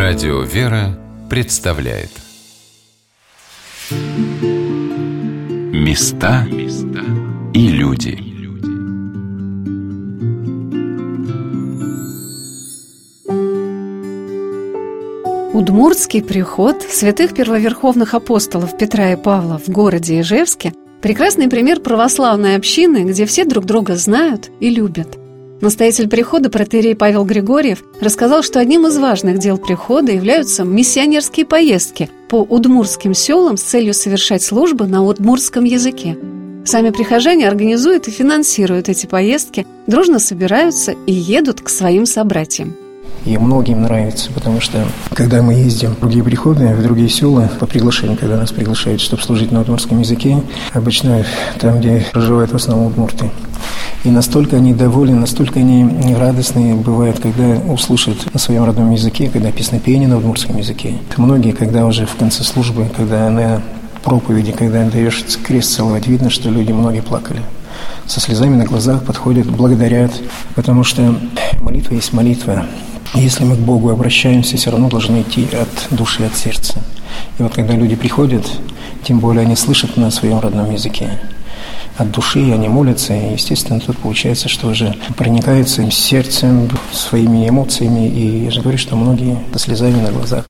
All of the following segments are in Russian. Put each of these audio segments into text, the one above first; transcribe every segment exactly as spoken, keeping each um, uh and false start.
Радио «Вера» представляет Места и люди. Удмуртский приход святых первоверховных апостолов Петра и Павла в городе Ижевске – прекрасный пример православной общины, где все друг друга знают и любят. Настоятель прихода протоиерей Павел Григорьев рассказал, что одним из важных дел прихода являются миссионерские поездки по удмуртским селам с целью совершать службы на удмуртском языке. Сами прихожане организуют и финансируют эти поездки, дружно собираются и едут к своим собратьям. И многим нравится, потому что, когда мы ездим в другие приходы, в другие села, по приглашению, когда нас приглашают, чтобы служить на удмуртском языке, обычно там, где проживают в основном удмурты. И настолько они довольны, настолько они радостные бывают, когда услышат на своем родном языке, когда песнопение на удмуртском языке. Многие, когда уже в конце службы, когда на проповеди, когда даешь крест целовать, видно, что люди многие плакали. Со слезами на глазах подходят, благодарят, потому что молитва есть молитва. Если мы к Богу обращаемся, все равно должны идти от души, от сердца. И вот когда люди приходят, тем более они слышат на своем родном языке. От души они молятся, и, естественно, тут получается, что уже проникаются сердцем, своими эмоциями, и я же говорю, что многие со слезами на глазах.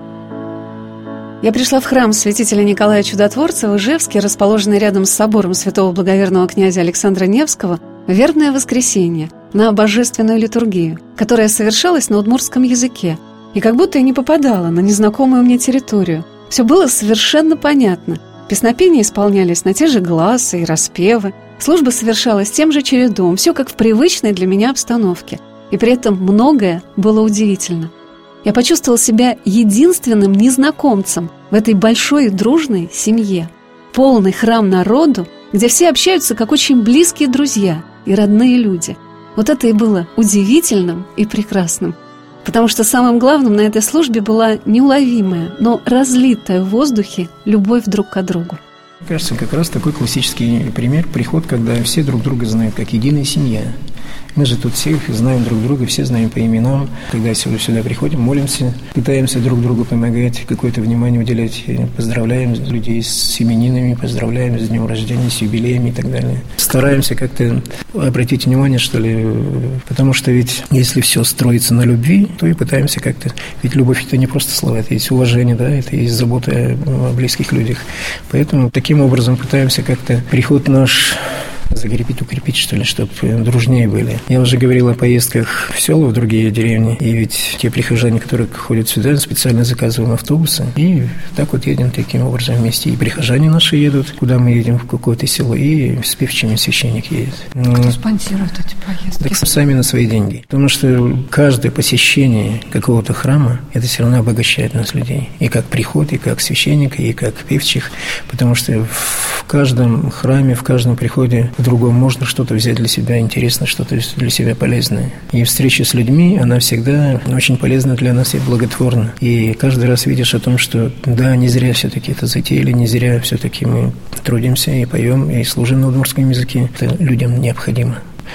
Я пришла в храм святителя Николая Чудотворца в Ижевске, расположенный рядом с собором святого благоверного князя Александра Невского, в вербное воскресенье, на божественную литургию, которая совершалась на удмуртском языке, и как будто я не попадала на незнакомую мне территорию. Все было совершенно понятно. Песнопения исполнялись на те же гласы и распевы, служба совершалась тем же чередом, все как в привычной для меня обстановке. И при этом многое было удивительно. Я почувствовала себя единственным незнакомцем в этой большой и дружной семье. Полный храм народу, где все общаются как очень близкие друзья и родные люди. Вот это и было удивительным и прекрасным. Потому что самым главным на этой службе была неуловимая, но разлитая в воздухе любовь друг к другу. Мне кажется, как раз такой классический пример – приход, когда все друг друга знают, как единая семья. Мы же тут всех знаем друг друга, все знаем по именам. Когда сюда, сюда приходим, молимся, пытаемся друг другу помогать, какое-то внимание уделять. Поздравляем людей с именинами, поздравляем с днем рождения, с юбилеями и так далее. Стараемся как-то обратить внимание, что ли, потому что ведь если все строится на любви, то и пытаемся как-то... Ведь любовь – это не просто слова, это есть уважение, да, это есть забота о близких людях. Поэтому таким образом пытаемся как-то приход наш... закрепить, укрепить, что ли, чтобы дружнее были. Я уже говорил о поездках в села, в другие деревни, и ведь те прихожане, которые ходят сюда, специально заказываем автобусы, и так вот едем таким образом вместе. И прихожане наши едут, куда мы едем, в какое-то село, и с певчими священник едет. Кто спонсирует эти поездки? Так сами на свои деньги. Потому что каждое посещение какого-то храма, это все равно обогащает нас, людей. И как приход, и как священника, и как певчих, потому что в каждом храме, в каждом приходе в другом можно что-то взять для себя интересное, что-то для себя полезное. И встреча с людьми, она всегда очень полезна для нас и благотворна. И каждый раз видишь о том, что да, не зря все-таки это затеяли, не зря все-таки мы трудимся и поем, и служим на удмуртском языке. Это людям необходимо.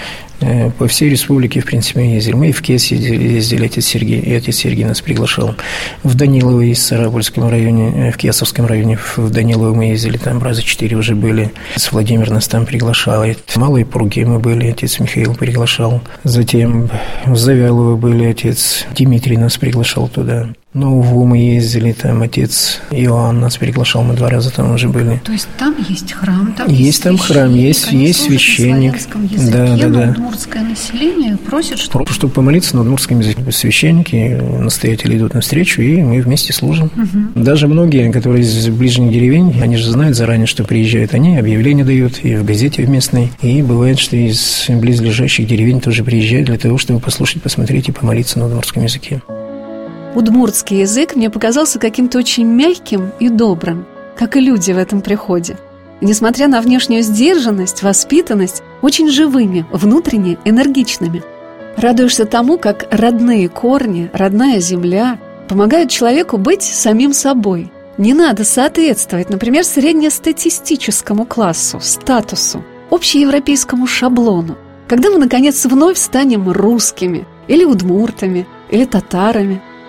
По всей республике, в принципе, ездили. Мы и в Кес ездили, отец Сергей, и отец Сергей нас приглашал. В Данилово и в Сарапульском районе, в Кесовском районе, в Данилово мы ездили, там раза четыре уже были. Отец Владимир нас там приглашал. И в Малой Пурге мы были, отец Михаил приглашал. Затем в Завялово были, отец Дмитрий нас приглашал туда. Ну, в Уву мы ездили, там отец Иоанн нас приглашал, мы два раза там уже были. То есть там есть храм, там есть, есть там храм, есть, есть священник. Да, да, да. Удмуртское население просит, чтобы... чтобы помолиться на удмуртском языке. Священники, настоятели идут навстречу, и мы вместе служим. Угу. Даже многие, которые из ближних деревень, они же знают заранее, что приезжают они, объявления дают и в газете в местной. И бывает, что из близлежащих деревень тоже приезжают для того, чтобы послушать, посмотреть и помолиться на удмуртском языке. Удмуртский язык мне показался каким-то очень мягким и добрым, как и люди в этом приходе. Несмотря на внешнюю сдержанность, воспитанность, очень живыми, внутренне энергичными. Радуешься тому, как родные корни, родная земля помогают человеку быть самим собой. Не надо соответствовать, например, среднестатистическому классу, статусу, общеевропейскому шаблону. Когда мы, наконец, вновь станем русскими, или удмуртами, или татарами,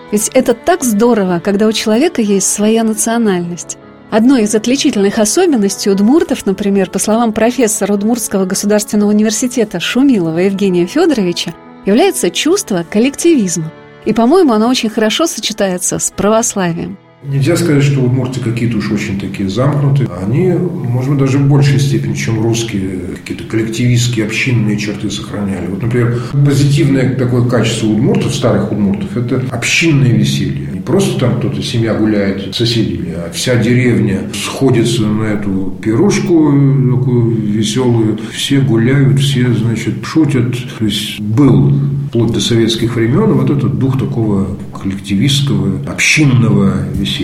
Ведь это так здорово, когда у человека есть своя национальность. Одной из отличительных особенностей удмуртов, например, по словам профессора Удмуртского государственного университета Шумилова Евгения Федоровича, является чувство коллективизма. И, по-моему, оно очень хорошо сочетается с православием. Нельзя сказать, что удмурты какие-то уж очень такие замкнутые. Они, может быть, даже в большей степени, чем русские, какие-то коллективистские, общинные черты сохраняли. Вот, например, позитивное такое качество удмуртов, старых удмуртов, это общинное веселье. Не просто там кто-то, семья гуляет с соседями, а вся деревня сходится на эту пирушку такую веселую. Все гуляют, все, значит, шутят. То есть был вплоть до советских времен вот этот дух такого коллективистского, общинного веселья.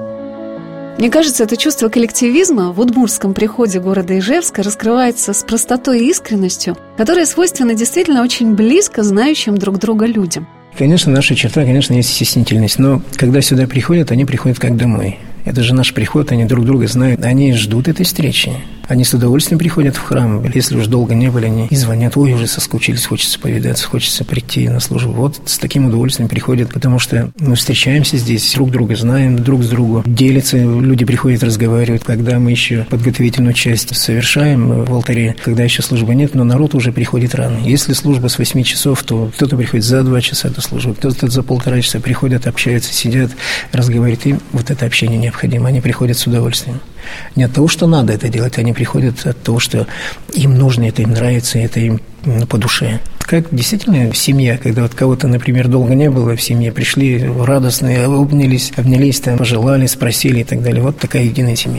Мне кажется, это чувство коллективизма в удмуртском приходе города Ижевска раскрывается с простотой и искренностью, которая свойственна действительно очень близко знающим друг друга людям. Конечно, наша черта, конечно, есть стеснительность, но когда сюда приходят, они приходят как домой. Это же наш приход, они друг друга знают, они ждут этой встречи. Они с удовольствием приходят в храм. Если уж долго не были, они и звонят: ой, уже соскучились, хочется повидаться, хочется прийти на службу. Вот с таким удовольствием приходят, потому что мы встречаемся здесь, друг друга знаем, друг с другом делятся, люди приходят, разговаривают. Когда мы еще подготовительную часть совершаем в алтаре, когда еще службы нет, но народ уже приходит рано. Если служба с восьми часов, то кто-то приходит за два часа до службы, кто-то за полтора часа приходят, общаются, сидят, разговаривают. Им вот это общение необходимо, они приходят с удовольствием. Не от того, что надо это делать, они приходят от того, что им нужно, это им нравится, это им по душе. Как действительно семья, когда вот кого-то, например, долго не было в семье, пришли радостные, обнялись, обнялись, там, пожелали, спросили и так далее. Вот такая единая семья.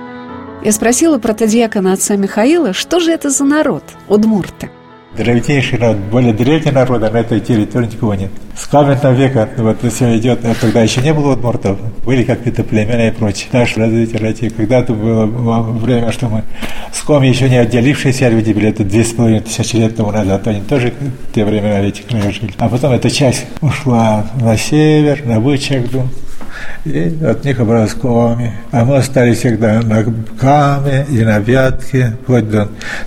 Я спросила протодиакона отца Михаила, что же это за народ, удмурты? Древнейший народ, более древний народ, а на этой территории никого нет. С каменного века вот все идет, а тогда еще не было удмуртов, были какие-то племена и прочее. Наше развитие России, когда-то было время, что мы с коми еще не отделившиеся люди были, это две с половиной тысячи лет тому назад, они тоже в те времена в этих краях жили. А потом эта часть ушла на север, на Вычегду, и от них образовалась коми. А мы остались всегда на Каме и на Вятке, вплоть до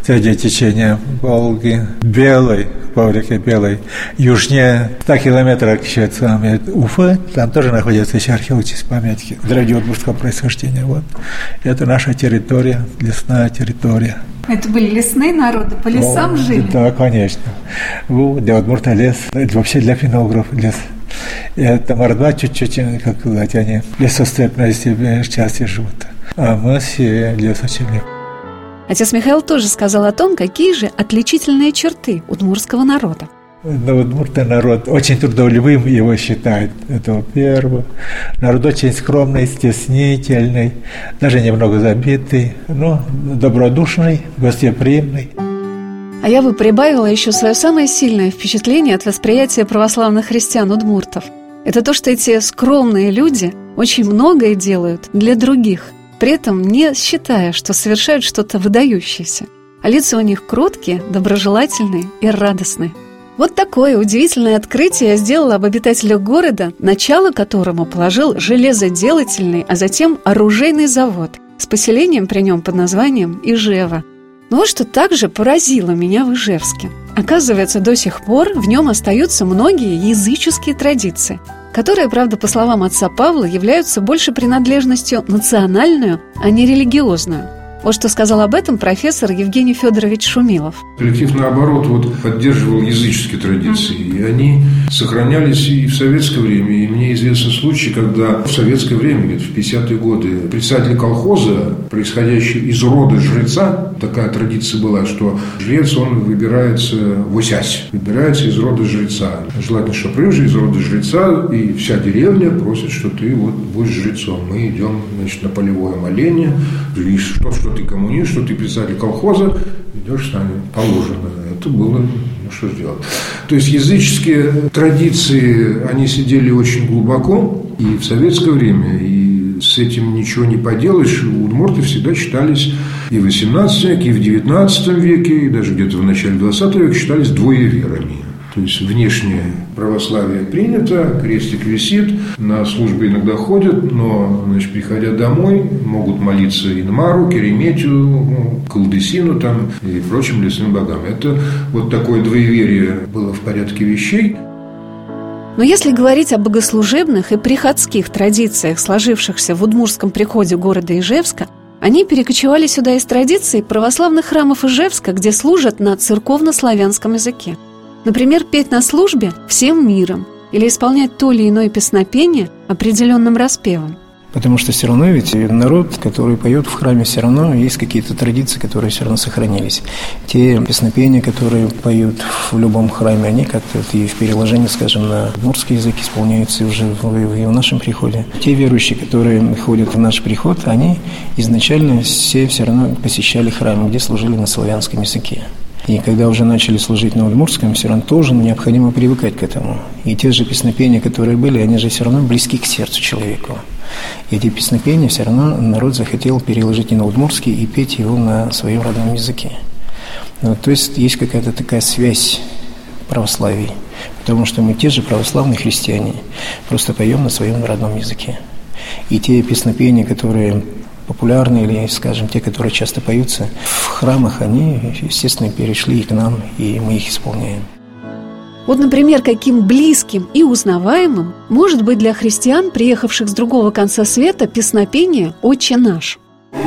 течения Волги, Белой, по реке Белой, южнее ста километров от самой Уфы, там тоже находятся еще археологические памятники древнеудмуртского происхождения. Вот. Это наша территория, лесная территория. Это были лесные народы, по лесам ну, жили? Да, конечно. Для удмурта лес, вообще для финографов лес. Это мордва чуть-чуть, как сказать, они лесостепной части живут. А мы все лесочели. Отец Михаил тоже сказал о том, какие же отличительные черты удмуртского народа. Но удмуртский народ очень трудолюбивым его считают. Это первое. Народ очень скромный, стеснительный, даже немного забитый, но добродушный, гостеприимный. А я бы прибавила еще свое самое сильное впечатление от восприятия православных христиан-удмуртов. Это то, что эти скромные люди очень многое делают для других, при этом не считая, что совершают что-то выдающееся. А лица у них кроткие, доброжелательные и радостные. Вот такое удивительное открытие я сделала об обитателях города, начало которому положил железоделательный, а затем оружейный завод с поселением при нем под названием Ижева. Но вот что также поразило меня в Ижевске. Оказывается, до сих пор в нем остаются многие языческие традиции, которые, правда, по словам отца Павла, являются больше принадлежностью национальную, а не религиозную. Вот что сказал об этом профессор Евгений Федорович Шумилов. Коллектив, наоборот, вот, поддерживал языческие традиции, и они сохранялись и в советское время. И мне известны случаи, когда в советское время, где-то в пятидесятые годы, председатель колхоза, происходящий из рода жреца, такая традиция была, что жрец, он выбирается восясь, выбирается из рода жреца. Желательно, чтобы рыжий из рода жреца, и вся деревня просит, что ты вот будешь жрецом. Мы идем, значит, на полевое моление, и что, что ты коммунист, что ты председатель колхоза, идешь с нами, положено. Это было, ну что сделать. То есть языческие традиции, они сидели очень глубоко и в советское время, и с этим ничего не поделаешь. Удмурты всегда считались и в восемнадцатом веке, и в девятнадцатом веке, и даже где-то в начале двадцатого века считались двоеверами. То есть внешнее православие принято, крестик висит, на службы иногда ходят, но, значит, приходя домой, могут молиться Инмару, Кереметю, Колдысину там, и прочим лесным богам. Это вот такое двоеверие было в порядке вещей. Но если говорить о богослужебных и приходских традициях, сложившихся в удмуртском приходе города Ижевска, они перекочевали сюда из традиций православных храмов Ижевска, где служат на церковно-славянском языке. Например, петь на службе всем миром или исполнять то или иное песнопение определенным распевом. Потому что все равно ведь народ, который поет в храме, все равно есть какие-то традиции, которые все равно сохранились. Те песнопения, которые поют в любом храме, они как-то и в переложении, скажем, на удмуртский язык исполняются уже в, в нашем приходе. Те верующие, которые ходят в наш приход, они изначально все все равно посещали храмы, где служили на славянском языке. И когда уже начали служить на удмуртском, все равно тоже необходимо привыкать к этому. И те же песнопения, которые были, они же все равно близки к сердцу человеку. И эти песнопения все равно народ захотел переложить и на удмуртский, и петь его на своем родном языке. Вот, то есть есть какая-то такая связь православия, потому что мы те же православные христиане, просто поем на своем родном языке. И те песнопения, которые популярны, или, скажем, те, которые часто поются в храмах, они, естественно, перешли к нам, и мы их исполняем. Вот, например, каким близким и узнаваемым может быть для христиан, приехавших с другого конца света, песнопение «Отче наш».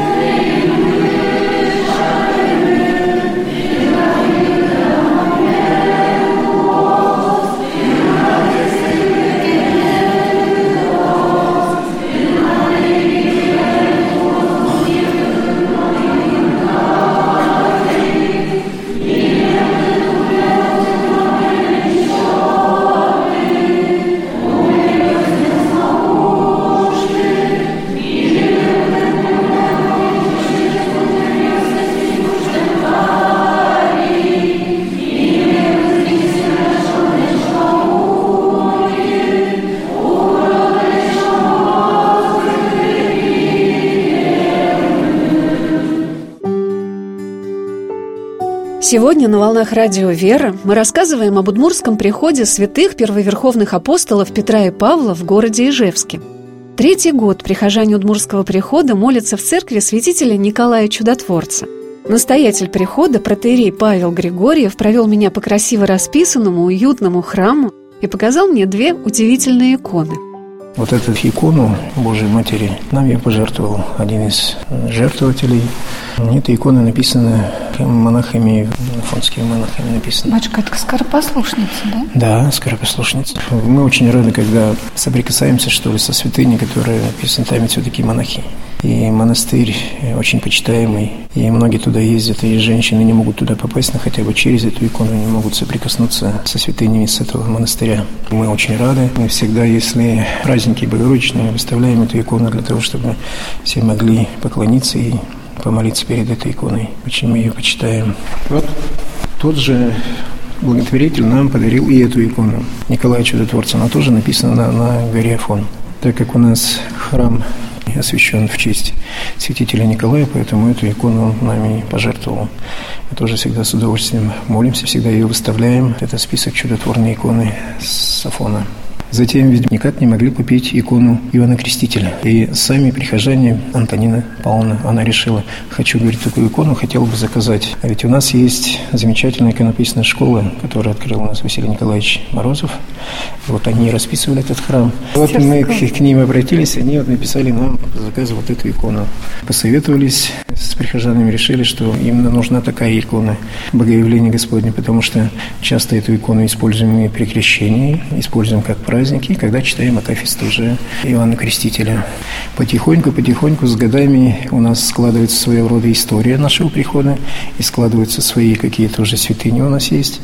Сегодня на «Волнах радио Вера» мы рассказываем об удмуртском приходе святых первоверховных апостолов Петра и Павла в городе Ижевске. Третий год прихожане удмуртского прихода молятся в церкви святителя Николая Чудотворца. Настоятель прихода, протоиерей Павел Григорьев, провел меня по красиво расписанному, уютному храму и показал мне две удивительные иконы. Вот эту икону Божией Матери нам ее пожертвовал один из жертвователей. Эта икона написана монахами, афонскими монахами написана. Батюшка, это скоропослушница, да? Да, скоропослушница. Мы очень рады, когда соприкасаемся, что ли, со святыней, которые написаны там все-таки монахи. И монастырь очень почитаемый, и многие туда ездят, и женщины не могут туда попасть, но хотя бы через эту икону не могут соприкоснуться со святынями с этого монастыря. Мы очень рады. Мы всегда, если праздники богородичные, выставляем эту икону для того, чтобы все могли поклониться и помолиться перед этой иконой. Очень мы ее почитаем. Вот тот же благотворитель нам подарил и эту икону Николая Чудотворца. Она тоже написана на, на горе Афон. Так как у нас храм освящен в честь святителя Николая, поэтому эту икону он нами пожертвовал. Мы тоже всегда с удовольствием молимся, всегда ее выставляем. Это список чудотворной иконы с Афона. Затем ведь никак не могли купить икону Иоанна Крестителя. И сами прихожане, Антонина Павловна, она решила: хочу, говорит, такую икону, хотела бы заказать. А ведь у нас есть замечательная иконописная школа, которую открыл у нас Василий Николаевич Морозов. Вот они расписывали этот храм. Вот мы к, к ним обратились, они вот написали нам по заказу вот эту икону. Посоветовались с прихожанами, решили, что именно нужна такая икона Богоявления Господня, потому что часто эту икону используем и при крещении, используем как праздник, праздники, когда читаем акафист уже Иоанна Крестителя. Потихоньку-потихоньку с годами у нас складывается своего рода история нашего прихода, и складываются свои какие-то уже святыни у нас есть,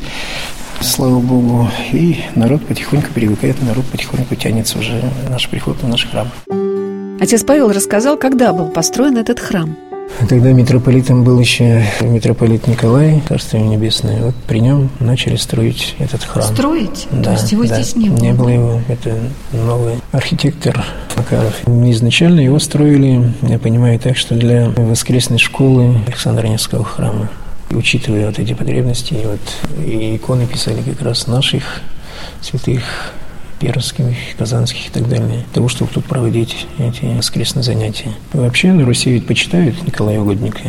слава Богу, и народ потихоньку привыкает, народ потихоньку тянется уже в наш приход, в наш храм. Отец Павел рассказал, когда был построен этот храм. Тогда митрополитом был еще митрополит Николай, Царство Небесное. Вот при нем начали строить этот храм. Строить? Да, то есть его да, здесь не было? Не было его. Это новый архитектор Макаров. Изначально его строили, я понимаю, так, что для воскресной школы Александра Невского храма. И учитывая вот эти потребности, и, вот, и иконы писали как раз наших святых, пермских, казанских и так далее, для того, чтобы тут проводить эти воскресные занятия. Вообще на Руси ведь почитают Николая Угодника.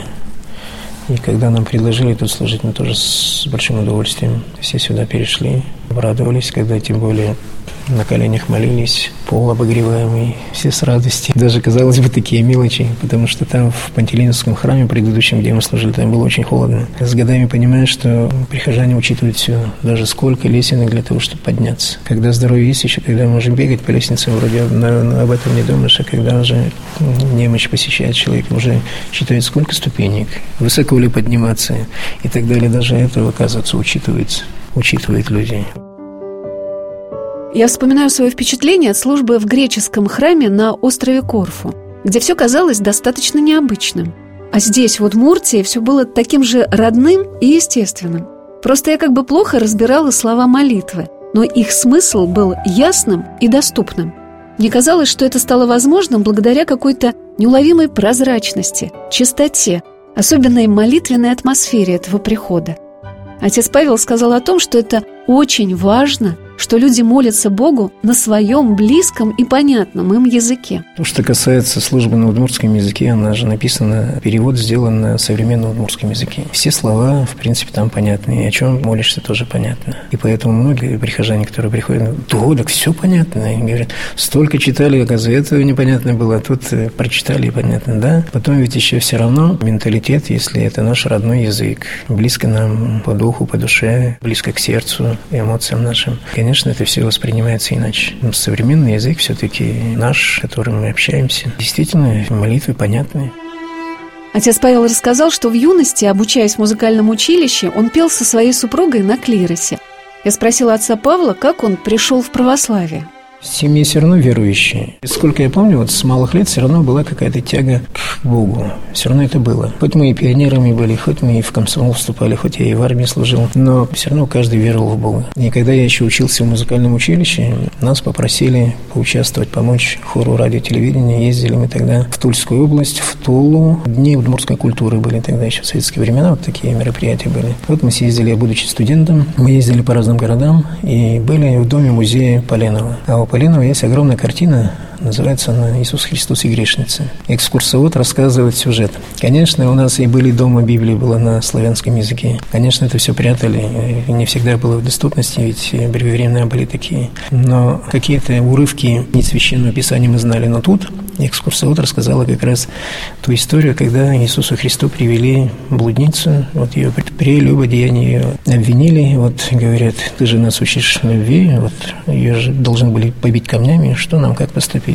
И когда нам предложили тут служить, мы тоже с большим удовольствием все сюда перешли, обрадовались, когда тем более на коленях молились, пол обогреваемый, все с радостью. Даже, казалось бы, такие мелочи, потому что там в Пантелеимонском храме предыдущем, где мы служили, там было очень холодно. С годами понимаешь, что прихожане учитывают все, даже сколько лесенок для того, чтобы подняться. Когда здоровье есть еще, когда можем бегать по лестнице, вроде об этом не думаешь, а когда уже немощь посещает человека, уже считает, сколько ступенек, высоко ли подниматься и так далее. Даже это, оказывается, учитывается, учитывает людей. Я вспоминаю свое впечатление от службы в греческом храме на острове Корфу, где все казалось достаточно необычным. А здесь, в Удмуртии, все было таким же родным и естественным. Просто я как бы плохо разбирала слова молитвы, но их смысл был ясным и доступным. Мне казалось, что это стало возможным благодаря какой-то неуловимой прозрачности, чистоте, особенной молитвенной атмосфере этого прихода. Отец Павел сказал о том, что это очень важно, что люди молятся Богу на своем близком и понятном им языке. То, что касается службы на удмуртском языке, она же написана, перевод сделан на современном удмуртском языке. Все слова, в принципе, там понятны, и о чем молишься, тоже понятно. И поэтому многие прихожане, которые приходят, да, так все понятно. И говорят, столько читали, оказывается, этого непонятно было, а тут прочитали и понятно, да. Потом ведь еще все равно менталитет, если это наш родной язык, близко нам по духу, по душе, близко к сердцу, эмоциям нашим. Конечно, это все воспринимается иначе. Но современный язык все-таки наш, которым мы общаемся. Действительно, молитвы понятны. Отец Павел рассказал, что в юности, обучаясь в музыкальном училище, он пел со своей супругой на клиросе. Я спросила отца Павла, как он пришел в православие. Семьи все равно верующие. Сколько я помню, вот с малых лет все равно была какая-то тяга к Богу. Все равно это было. Хоть мы и пионерами были, хоть мы и в комсомол вступали, хоть я и в армии служил, но все равно каждый веровал в Бога. И когда я еще учился в музыкальном училище, нас попросили поучаствовать, помочь хору радио, телевидения. Ездили мы тогда в Тульскую область, в Тулу. Дни удмуртской культуры были тогда еще в советские времена, вот такие мероприятия были. Вот мы съездили, я будучи студентом, мы ездили по разным городам и были в доме музея Поленова. А у Поленова есть огромная картина, называется она «Иисус Христос и грешница». Экскурсовод рассказывает сюжет. Конечно, у нас и были дома, Библия была на славянском языке. Конечно, это все прятали, и не всегда было в доступности, ведь времена были такие. Но какие-то урывки из Священного Писания мы знали. Но тут экскурсовод рассказала как раз ту историю, когда Иисусу Христу привели блудницу, вот ее при любодеянии ее обвинили, вот говорят, ты же нас учишь любви, вот ее же должны были побить камнями, что нам, как поступить?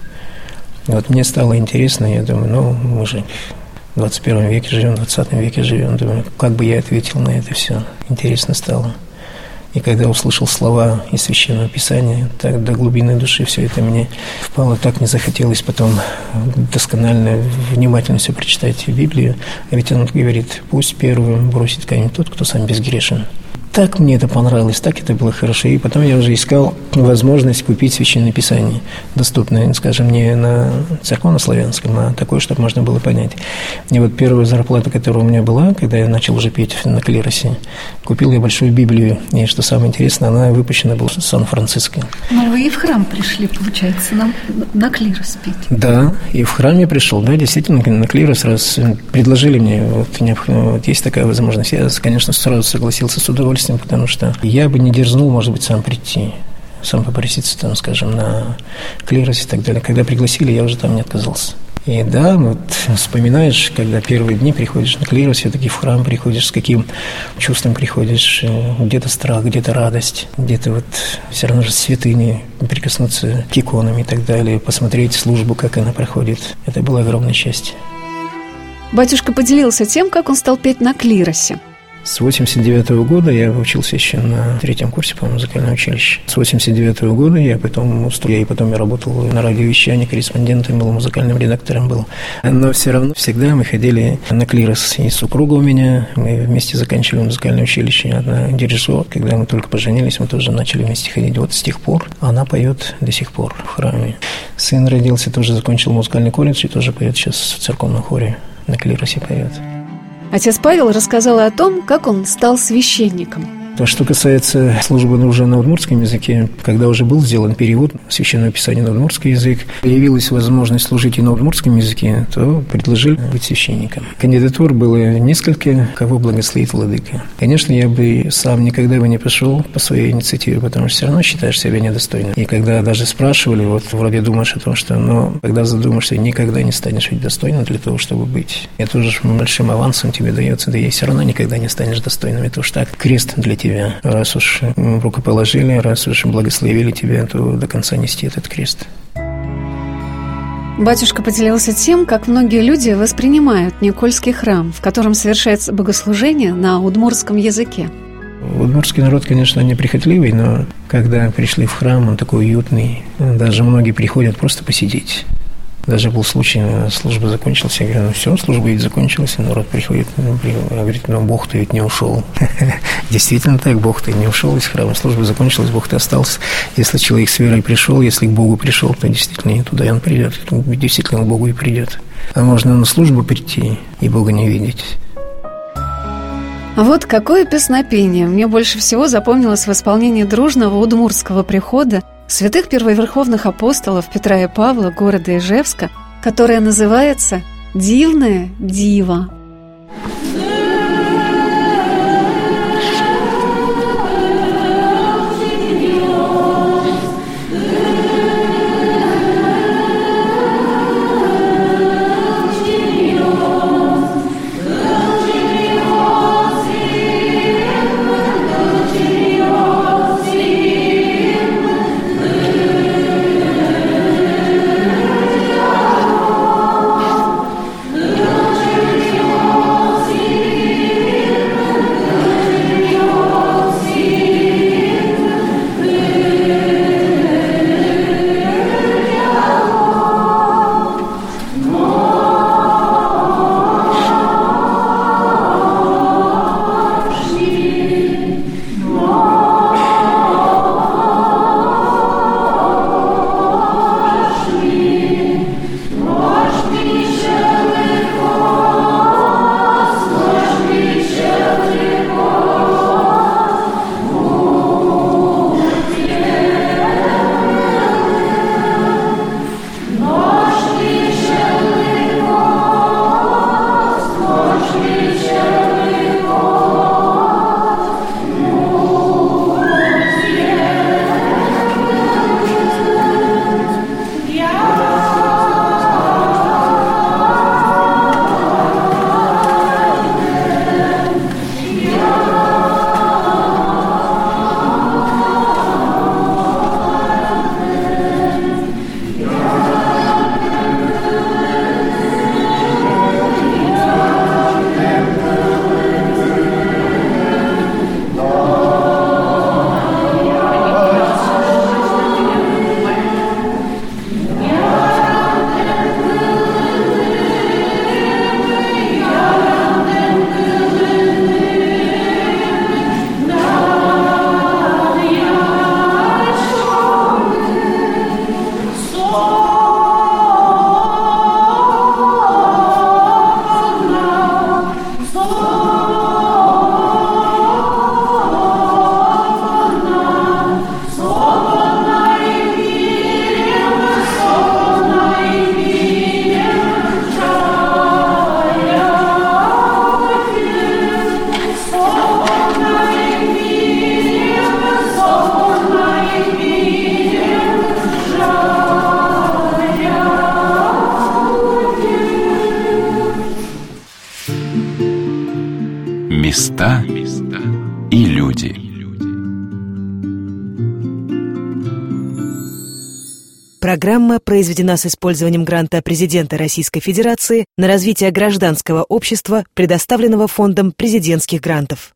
Вот мне стало интересно, я думаю, ну, мы же в двадцать первом веке живем, в двадцатом веке живем, думаю, как бы я ответил на это все, интересно стало. И когда услышал слова из Священного Писания, так до глубины души все это мне впало, так не захотелось потом досконально, внимательно все прочитать Библию. А ведь он говорит, пусть первым бросит камень тот, кто сам безгрешен. Так мне это понравилось, так это было хорошо. И потом я уже искал возможность купить Священное Писание, доступное, скажем, не на церковно-славянском, а такое, чтобы можно было понять. И вот первая зарплата, которая у меня была, когда я начал уже петь на клиросе, купил я большую Библию. И что самое интересное, она выпущена была в Сан-Франциско. Но вы и в храм пришли, получается, на, на клирос петь. Да, и в храме пришел, да, действительно, на клирос, раз предложили мне, вот, вот есть такая возможность. Я, конечно, сразу согласился с удовольствием, потому что я бы не дерзнул, может быть, сам прийти, сам попроситься, там, скажем, на клирос и так далее. Когда пригласили, я уже там не отказался. И да, вот вспоминаешь, когда первые дни приходишь на клирос, все-таки в храм приходишь, с каким чувством приходишь, где-то страх, где-то радость, где-то вот все равно же святыни, прикоснуться к иконам и так далее, посмотреть службу, как она проходит. Это было огромное счастье. Батюшка поделился тем, как он стал петь на клиросе. С восемьдесят девятого года я учился еще на третьем курсе по музыкальному училищу. С восемьдесят девятого года я потом, я и потом я работал на радиовещании, корреспондентом был, музыкальным редактором был. Но все равно всегда мы ходили на клирос. И супруга у меня, мы вместе заканчивали музыкальное училище. Она дирижер. Когда мы только поженились, мы тоже начали вместе ходить. Вот с тех пор она поет до сих пор в храме. Сын родился, тоже закончил музыкальный колледж и тоже поет сейчас в церковном хоре. На клиросе поет. Отец Павел рассказал о том, как он стал священником. А что касается службы уже на удмуртском языке, когда уже был сделан перевод Священного Писания на удмуртский язык, появилась возможность служить и на удмуртском языке, то предложили быть священником. Кандидатур было несколько, кого благословит владыка. Конечно, я бы сам никогда бы не пошел по своей инициативе, потому что все равно считаешь себя недостойным. И когда даже спрашивали, вот вроде думаешь о том, что, ну, когда задумаешься, никогда не станешь ведь достойным для того, чтобы быть. Это уже большим авансом тебе дается, да и все равно никогда не станешь достойным. Это уж так, крест для тебя. Раз уж рукоположили, раз уж благословили тебя, то до конца нести этот крест. Батюшка поделился тем, как многие люди воспринимают Никольский храм, в котором совершается богослужение на удмуртском языке. Удмуртский народ, конечно, неприхотливый, но когда пришли в храм, он такой уютный. Даже многие приходят просто посидеть. Даже был случай, служба закончилась, я говорю, ну все, служба ведь закончилась, и народ приходит, ну, говорит, ну Бог-то ведь не ушел. Действительно так, Бог-то не ушел из храма, служба закончилась, Бог-то остался. Если человек с верой пришел, если к Богу пришел, то действительно и туда и он придет, действительно к Богу и придет. А можно на службу прийти и Бога не видеть. А вот какое песнопение мне больше всего запомнилось в исполнении дружного удмуртского прихода святых первоверховных апостолов Петра и Павла города Ижевска, которое называется «Дивное диво». Места и люди. Программа произведена с использованием гранта президента Российской Федерации на развитие гражданского общества, предоставленного Фондом президентских грантов.